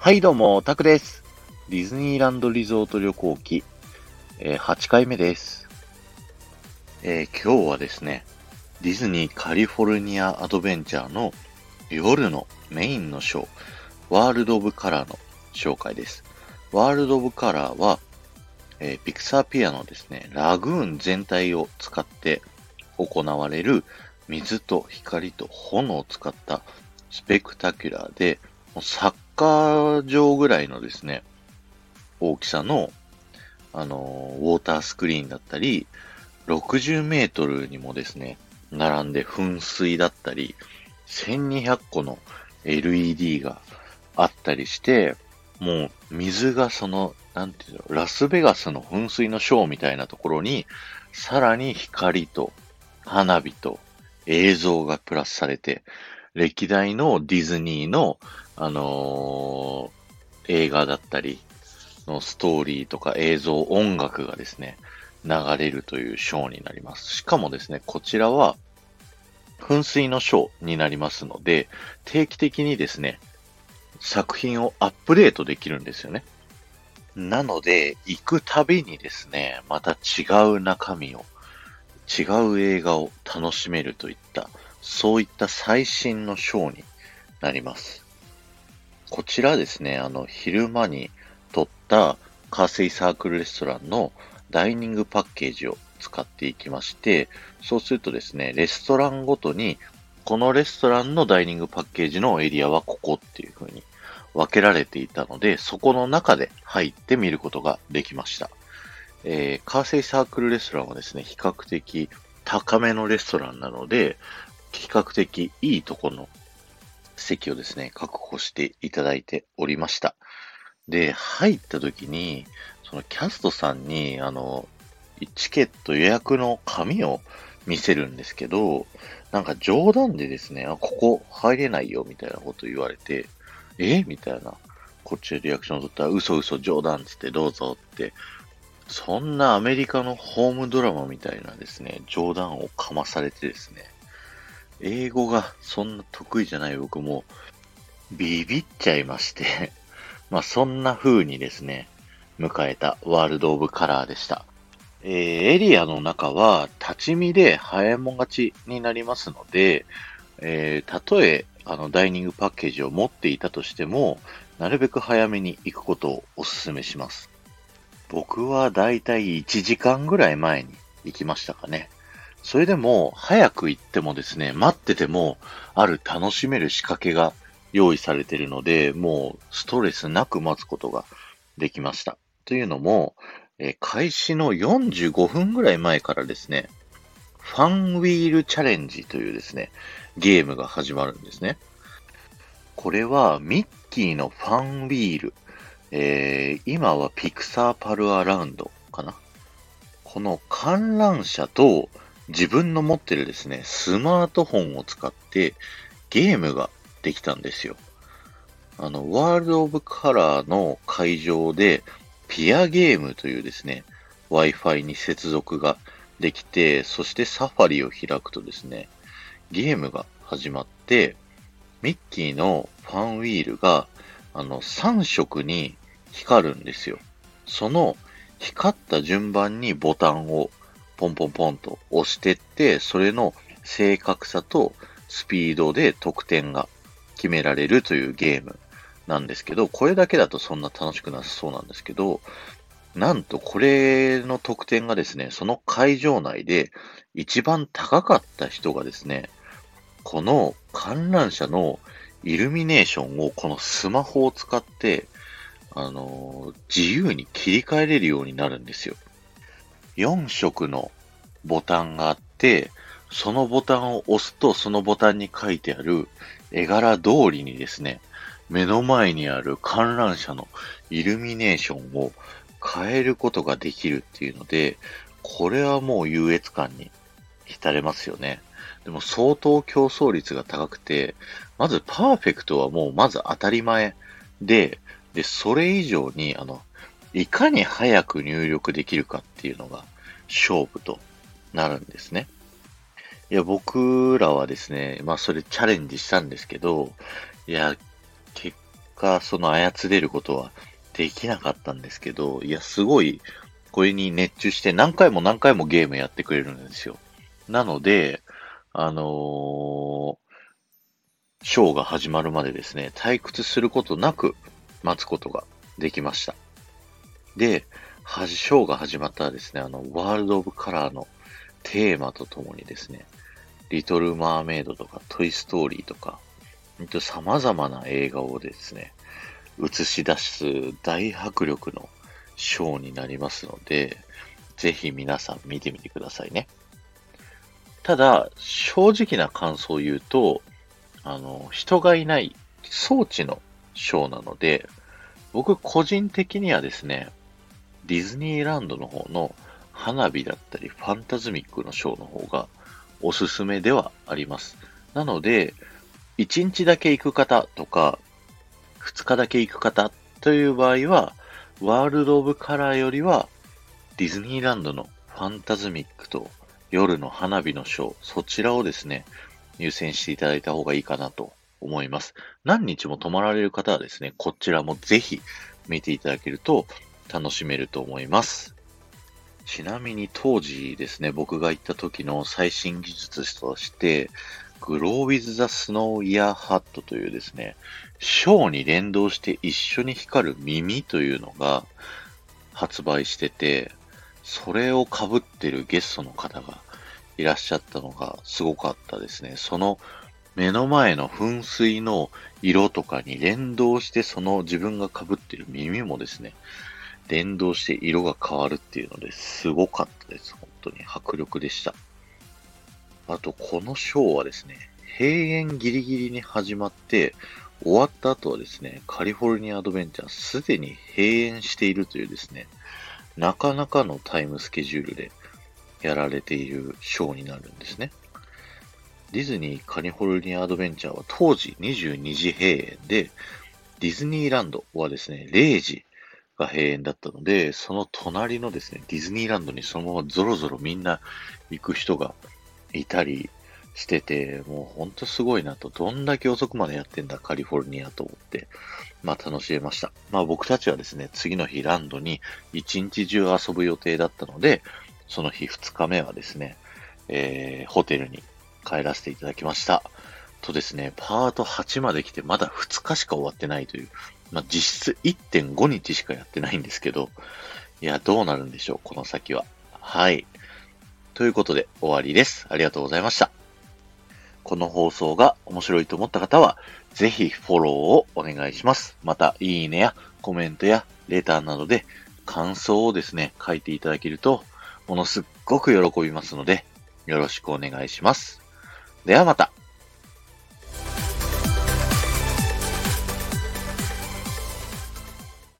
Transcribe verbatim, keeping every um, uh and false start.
はいどうも、タクです。ディズニーランドリゾート旅行記、えーはちかいめです、えー今日はですね、ディズニーカリフォルニアアドベンチャーの夜のメインのショー、ワールド・オブ・カラーの紹介です。ワールド・オブ・カラーは、えーピクサーピアのですね、ラグーン全体を使って行われる水と光と炎を使ったスペクタキュラーで、もうサッカー場ぐらいのですね、大きさの、あのーウォータースクリーンだったり、ろくじゅうメートルにもですね、並んで噴水だったり、せんにひゃっこの エルイーディー があったりして、もう水がその、なんていうの、ラスベガスの噴水のショーみたいなところに、さらに光と花火と映像がプラスされて、歴代のディズニーの、あのー映画だったりのストーリーとか映像、音楽がですね、流れるというショーになります。しかもですね、こちらは噴水のショーになりますので、定期的にですね、作品をアップデートできるんですよね。なので、行くたびにですね、また違う中身を、違う映画を楽しめるといった、そういった最新のショーになります。こちらですね、あの、昼間に撮ったカーセイサークルレストランのダイニングパッケージを使っていきまして、そうするとですね、レストランごとに、このレストランのダイニングパッケージのエリアはここっていう風に分けられていたので、そこの中で入って見ることができました。えー、カーセイサークルレストランはですね、比較的高めのレストランなので、比較的いいところの席をですね、確保していただいておりました。で、入った時に、そのキャストさんに、あの、チケット予約の紙を見せるんですけど、なんか冗談でですね、あ、ここ入れないよみたいなこと言われて、えみたいな。こっちでリアクション取ったら、嘘嘘冗談つってどうぞって、そんなアメリカのホームドラマみたいなですね、冗談をかまされてですね、英語がそんな得意じゃない僕もビビっちゃいましてまあそんな風にですね、迎えたワールド・オブ・カラーでした。えーエリアの中は立ち見で早いもん勝ちになりますので、えーたとえあのダイニングパッケージを持っていたとしても、なるべく早めに行くことをお勧めします。僕はだいたいいちじかんぐらい前に行きましたかね。それでも、早く行ってもですね、待ってても、ある楽しめる仕掛けが用意されているので、もうストレスなく待つことができました。というのも、えー開始のよんじゅうごふんぐらい前からですね、ファンウィールチャレンジというですね、ゲームが始まるんですね。これはミッキーのファンウィール、えー今はピクサーパルアラウンドかな。この観覧車と自分の持ってるですね、スマートフォンを使ってゲームができたんですよ。あの、ワールド・オブ・カラーの会場で、ピアゲームというですね、Wi-Fi に接続ができて、そしてサファリを開くとですね、ゲームが始まって、ミッキーのファンウィールが、あの、さん色に光るんですよ。その光った順番にボタンをポンポンポンと押してって、それの正確さとスピードで得点が決められるというゲームなんですけど、これだけだとそんな楽しくなさそうなんですけど、なんとこれの得点がですね、その会場内で一番高かった人がですね、この観覧車のイルミネーションをこのスマホを使って、あのー自由に切り替えれるようになるんですよ。よん色のボタンがあって、そのボタンを押すと、そのボタンに書いてある絵柄通りにですね、目の前にある観覧車のイルミネーションを変えることができるっていうので、これはもう優越感に浸れますよね。でも相当競争率が高くて、まずパーフェクトはもうまず当たり前で、で、それ以上に、あの、いかに早く入力できるかっていうのが勝負となるんですね。いや、僕らはですね、まあそれチャレンジしたんですけど、いや、結かその操れることはできなかったんですけど、いや、すごい、これに熱中して何回も何回もゲームやってくれるんですよ。なので、あのーショーが始まるまでですね、退屈することなく待つことができました。で、はショーが始まったらですね、あの、ワールド・オブ・カラーのテーマとともにですね、リトル・マーメイドとかトイ・ストーリーとか、様々な映画をですね、映し出す大迫力のショーになりますので、ぜひ皆さん見てみてくださいね。ただ、正直な感想を言うと、あの、人がいない装置のショーなので、僕個人的にはですね、ディズニーランドの方の花火だったりファンタズミックのショーの方がおすすめではあります。なので、いちにちだけ行く方とか、ふつかだけ行く方という場合は、ワールド・オブ・カラーよりは、ディズニーランドのファンタズミックと夜の花火のショー、そちらをですね、優先していただいた方がいいかなと思います。何日も泊まられる方はですね、こちらもぜひ見ていただけると楽しめると思います。ちなみに当時ですね、僕が行った時の最新技術として、グローウィズ・ザ・スノー・イヤー・ハットというですね、ショーに連動して一緒に光る耳というのが発売してて、それを被ってるゲストの方がいらっしゃったのがすごかったですね。その目の前の噴水の色とかに連動して、その自分が被ってる耳もですね、連動して色が変わるっていうのですごかったです。本当に迫力でした。あと、このショーはですね、閉園ギリギリに始まって、終わった後はですね、カリフォルニアアドベンチャーすでに閉園しているというですね、なかなかのタイムスケジュールでやられているショーになるんですね。ディズニーカリフォルニアアドベンチャーは当時にじゅうにじ閉園で、ディズニーランドはですね、れいじが閉園だったので、その隣のですね、ディズニーランドにそのままゾロゾロみんな行く人がいたりしてて、もうほんとすごいなと、どんだけ遅くまでやってんだ、カリフォルニアと思って、まあ楽しめました。まあ僕たちはですね、次の日ランドに一日中遊ぶ予定だったので、その日二日目はですね、えー、ホテルに帰らせていただきました。とですね、パートはちまで来てまだふつかしか終わってないという、まあ実質いってんごにちしかやってないんですけど、いや、どうなるんでしょう、この先は。はい。ということで終わりです。ありがとうございました。この放送が面白いと思った方は、ぜひフォローをお願いします。また、いいねやコメントやレターなどで感想をですね、書いていただけると、ものすっごく喜びますので、よろしくお願いします。ではまた。